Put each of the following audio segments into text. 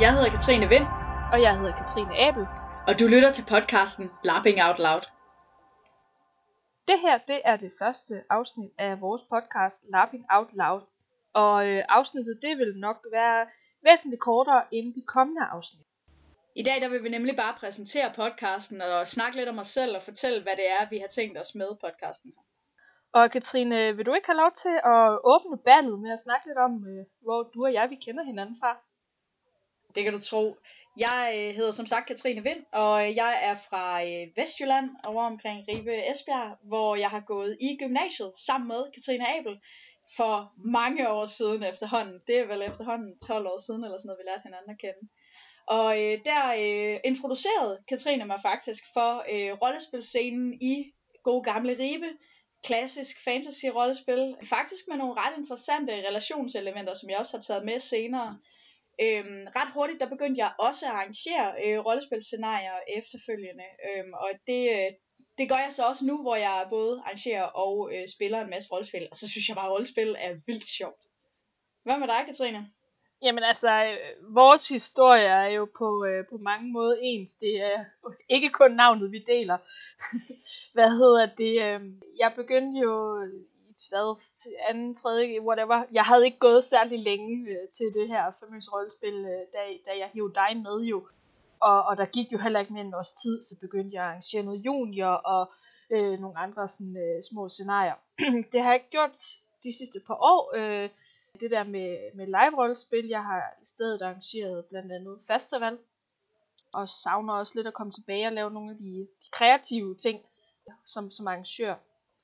Jeg hedder Katrine Vind. Og jeg hedder Katrine Abel. Og du lytter til podcasten Lapping Out Loud. Det her, det er det første afsnit af vores podcast Lapping Out Loud. Og afsnittet, det vil nok være væsentligt kortere end de kommende afsnit. I dag der vil vi nemlig bare præsentere podcasten og snakke lidt om os selv og fortælle, hvad det er, vi har tænkt os med podcasten. Og Katrine, vil du ikke have lov til at åbne ballet med at snakke lidt om, hvor du og jeg, vi kender hinanden fra? Det kan du tro. Jeg hedder som sagt Katrine Vind, og jeg er fra Vestjylland, over omkring Ribe Esbjerg, hvor jeg har gået i gymnasiet sammen med Katrine Abel for mange år siden efterhånden. Det er vel efterhånden 12 år siden eller sådan noget, vi lærte hinanden at kende. Og der introducerede Katrine mig faktisk for rollespilscenen i gode gamle Ribe. Klassisk fantasy-rollespil. Faktisk med nogle ret interessante relationselementer, som jeg også har taget med senere. Ret hurtigt, der begyndte jeg også at arrangere rollespilscenarier efterfølgende. Og det gør jeg så også nu, hvor jeg både arrangerer og spiller en masse rollespil. Og så synes jeg bare, at rollespil er vildt sjovt. Hvad med dig, Katrine? Jamen altså, vores historie er jo på mange måder ens. Det er ikke kun navnet, vi deler. Hvad hedder det? Jeg begyndte jo i anden, tredje, whatever. Jeg havde ikke gået særlig længe til det her famøse rollespil, da jeg hivede dig med jo. Og der gik jo heller ikke mere end års tid, så begyndte jeg at arrangere noget junior og nogle andre sådan, små scenarier. Det har jeg ikke gjort de sidste par år. Det der med live-rollespil, jeg har i stedet arrangeret blandt andet festival, og savner også lidt at komme tilbage og lave nogle af de kreative ting som arrangør.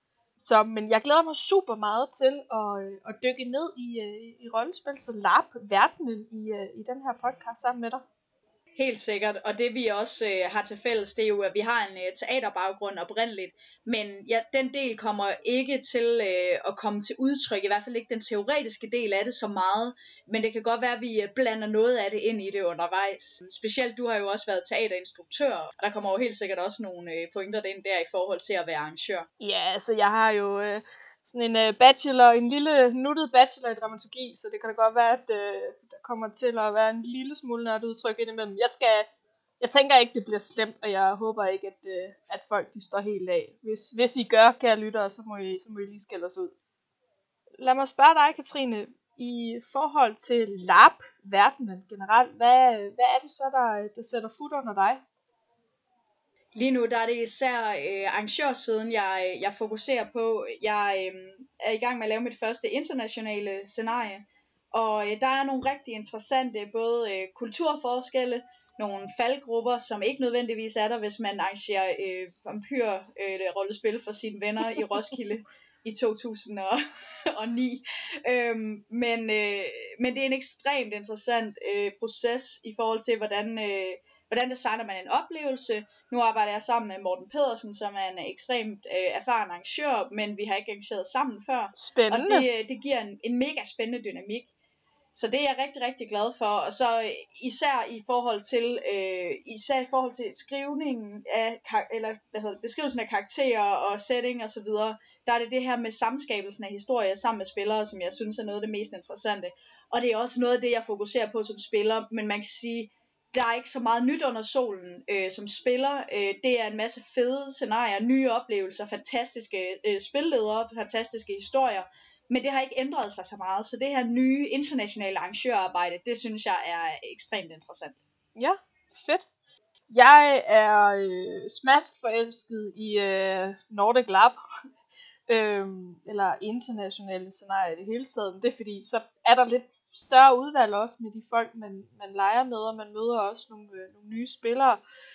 Men jeg glæder mig super meget til at dykke ned i rollespil, så lappe verdenen i den her podcast sammen med dig. Helt sikkert, og det vi også har til fælles, det er jo, at vi har en teaterbaggrund oprindeligt, men ja, den del kommer ikke til at komme til udtryk, i hvert fald ikke den teoretiske del af det så meget, men det kan godt være, at vi blander noget af det ind i det undervejs. Specielt du har jo også været teaterinstruktør, og der kommer jo helt sikkert også nogle pointer ind der i forhold til at være arrangør. Ja, altså jeg har jo sådan en bachelor, en lille nuttet bachelor i dramaturgi, så det kan da godt være, at der kommer til at være en lille smule nørdudtryk indimellem. Jeg tænker ikke, det bliver slemt, og jeg håber ikke, at folk de står helt af. Hvis I gør, kære lyttere, så må I lige skælde os ud. Lad mig spørge dig, Katrine, i forhold til LARP-verdenen generelt, hvad er det så, der sætter fod under dig? Lige nu der er det især arrangørsiden, jeg fokuserer på. Jeg er i gang med at lave mit første internationale scenarie, og der er nogle rigtig interessante både kulturforskelle, nogle faldgrupper, som ikke nødvendigvis er der, hvis man arrangerer vampyr-rollespil for sine venner i Roskilde i 2009. Men det er en ekstremt interessant proces i forhold til, hvordan designer man en oplevelse. Nu arbejder jeg sammen med Morten Pedersen, som er en ekstremt erfaren arrangør, men vi har ikke arrangeret sammen før. Spændende. Og det giver en mega spændende dynamik. Så det er jeg rigtig, rigtig glad for. Og så især i forhold til skrivningen af, beskrivelsen af karakterer og setting og så videre, der er det her med samskabelsen af historier sammen med spillere, som jeg synes er noget af det mest interessante. Og det er også noget af det, jeg fokuserer på som spiller, men man kan sige, der er ikke så meget nyt under solen som spiller. Det er en masse fede scenarier, nye oplevelser, fantastiske spilledere, fantastiske historier. Men det har ikke ændret sig så meget. Så det her nye internationale arrangørarbejde, det synes jeg er ekstremt interessant. Ja, fedt. Jeg er smask forelsket i Nordic LARP. Eller internationale scenarier i det hele taget. Men det er fordi, så er der lidt større udvalg også med de folk, man leger med, og man møder også nogle nye spillere.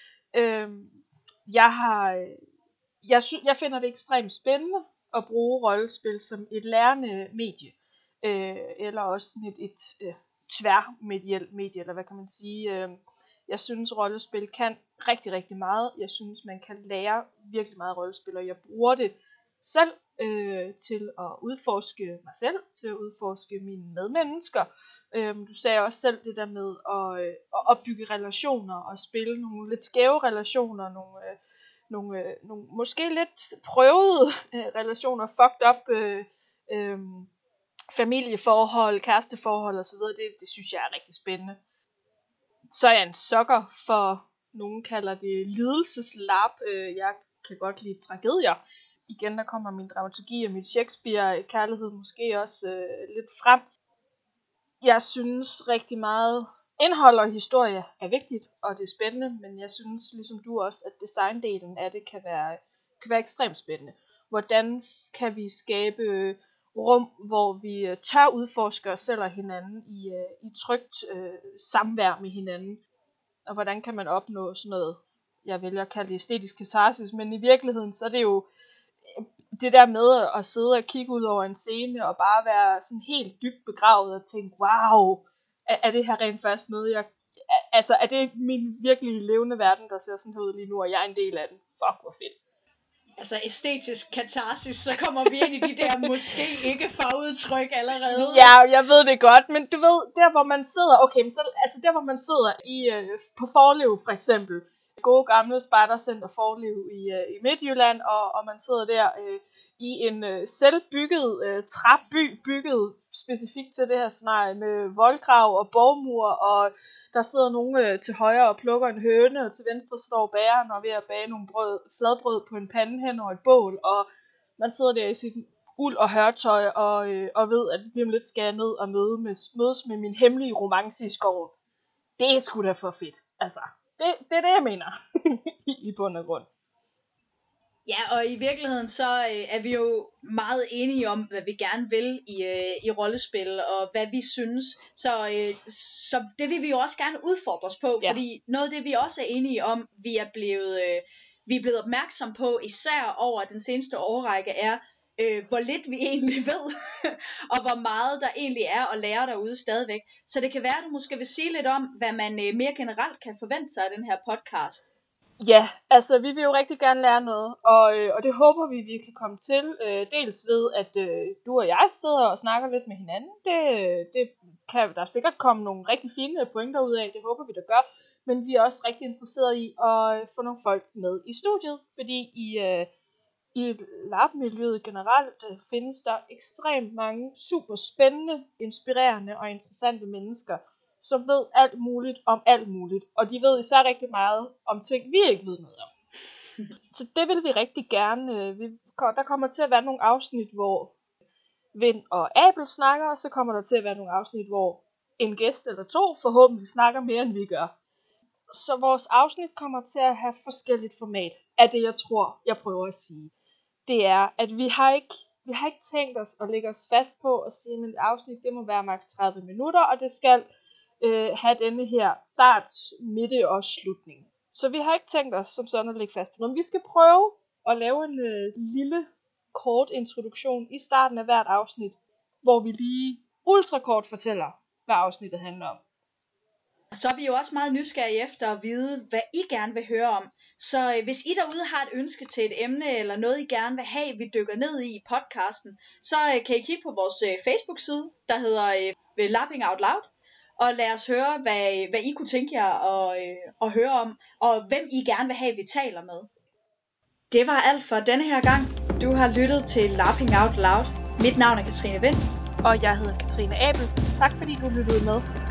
Jeg finder det ekstremt spændende at bruge rollespil som et lærende medie, eller også sådan et tværmedielt medie, eller hvad kan man sige. Jeg synes rollespil kan rigtig, rigtig meget. Jeg synes man kan lære virkelig meget rollespil, og jeg bruger det selv til at udforske mig selv, til at udforske mine medmennesker. Du sagde også selv det der med at opbygge relationer og spille nogle lidt skæve relationer, nogle måske lidt prøvede relationer, fucked up familieforhold, kæresteforhold osv. Det synes jeg er rigtig spændende. Så er jeg en sukker for, nogen kalder det lidelseslap. Jeg kan godt lide tragedier. Igen, der kommer min dramaturgi og mit Shakespeare-kærlighed måske også lidt frem. Jeg synes rigtig meget, indhold og historie er vigtigt, og det er spændende, men jeg synes, ligesom du også, at designdelen af det kan være ekstremt spændende. Hvordan kan vi skabe rum, hvor vi tør udforske os selv og hinanden i trygt samvær med hinanden, og hvordan kan man opnå sådan noget, jeg vælger at kalde det æstetisk katarsis, men i virkeligheden, så er det jo det der med at sidde og kigge ud over en scene, og bare være sådan helt dybt begravet, og tænke, wow, er det her rent faktisk noget, altså er det min virkelige levende verden, der ser sådan her ud lige nu, og jeg er en del af den. Fuck, hvor fedt. Altså æstetisk katarsis, så kommer vi ind i de der måske ikke fagudtryk allerede. Ja, jeg ved det godt, men du ved, der hvor man sidder, altså der hvor man sidder på Forlev for eksempel, gode gamle Spejdercenter Forlev i Midtjylland, og man sidder der i en selvbygget træby, bygget specifikt til det her scenarie, med voldgrav og borgmur, og der sidder nogen til højre og plukker en høne, og til venstre står bageren og ved at bage nogle fladbrød på en pande hen over et bål, og man sidder der i sit uld og hørtøj og ved, at vi om lidt skal jeg ned og mødes med min hemmelige romance i skoven. Det er sgu da for fedt. Altså, det er det, jeg mener i bund og grund. Ja, og i virkeligheden så er vi jo meget enige om, hvad vi gerne vil i rollespil, og hvad vi synes. Så det vil vi jo også gerne udfordre os på, fordi noget af det, vi også er enige om, vi er blevet opmærksom på, især over den seneste årrække, er, hvor lidt vi egentlig ved, og hvor meget der egentlig er at lære derude stadigvæk. Så det kan være, at du måske vil sige lidt om, hvad man mere generelt kan forvente sig af den her podcast. Ja, altså vi vil jo rigtig gerne lære noget, og det håber vi kan komme til, dels ved at du og jeg sidder og snakker lidt med hinanden. Det kan der sikkert komme nogle rigtig fine pointer ud af, det håber vi der gør, men vi er også rigtig interesserede i at få nogle folk med i studiet, fordi i LARP-miljøet generelt findes der ekstremt mange super spændende, inspirerende og interessante mennesker, som ved alt muligt om alt muligt. Og de ved især rigtig meget om ting, vi ikke ved noget om. Så det vil vi rigtig gerne. Der kommer til at være nogle afsnit, hvor Vind og Abel snakker, og så kommer der til at være nogle afsnit, hvor en gæst eller to forhåbentlig snakker mere, end vi gør. Så vores afsnit kommer til at have forskelligt format af det, jeg tror, jeg prøver at sige. Det er, at vi har ikke tænkt os at lægge os fast på at sige, at et afsnit det må være maks 30 minutter, og det skal have denne her start, midte og slutning. Så vi har ikke tænkt os som sådan at lægge fast på noget. Vi skal prøve at lave en lille kort introduktion i starten af hvert afsnit, hvor vi lige ultrakort fortæller, hvad afsnittet handler om. Så er vi jo også meget nysgerrige efter at vide, hvad I gerne vil høre om. Så hvis I derude har et ønske til et emne, eller noget I gerne vil have, vi dykker ned i podcasten, så kan I kigge på vores Facebook-side, der hedder Lapping Out Loud. Og lad os høre, hvad I kunne tænke jer at høre om, og hvem I gerne vil have, vi taler med. Det var alt for denne her gang. Du har lyttet til Lapping Out Loud. Mit navn er Katrine Vind. Og jeg hedder Katrine Abel. Tak fordi du lyttede med.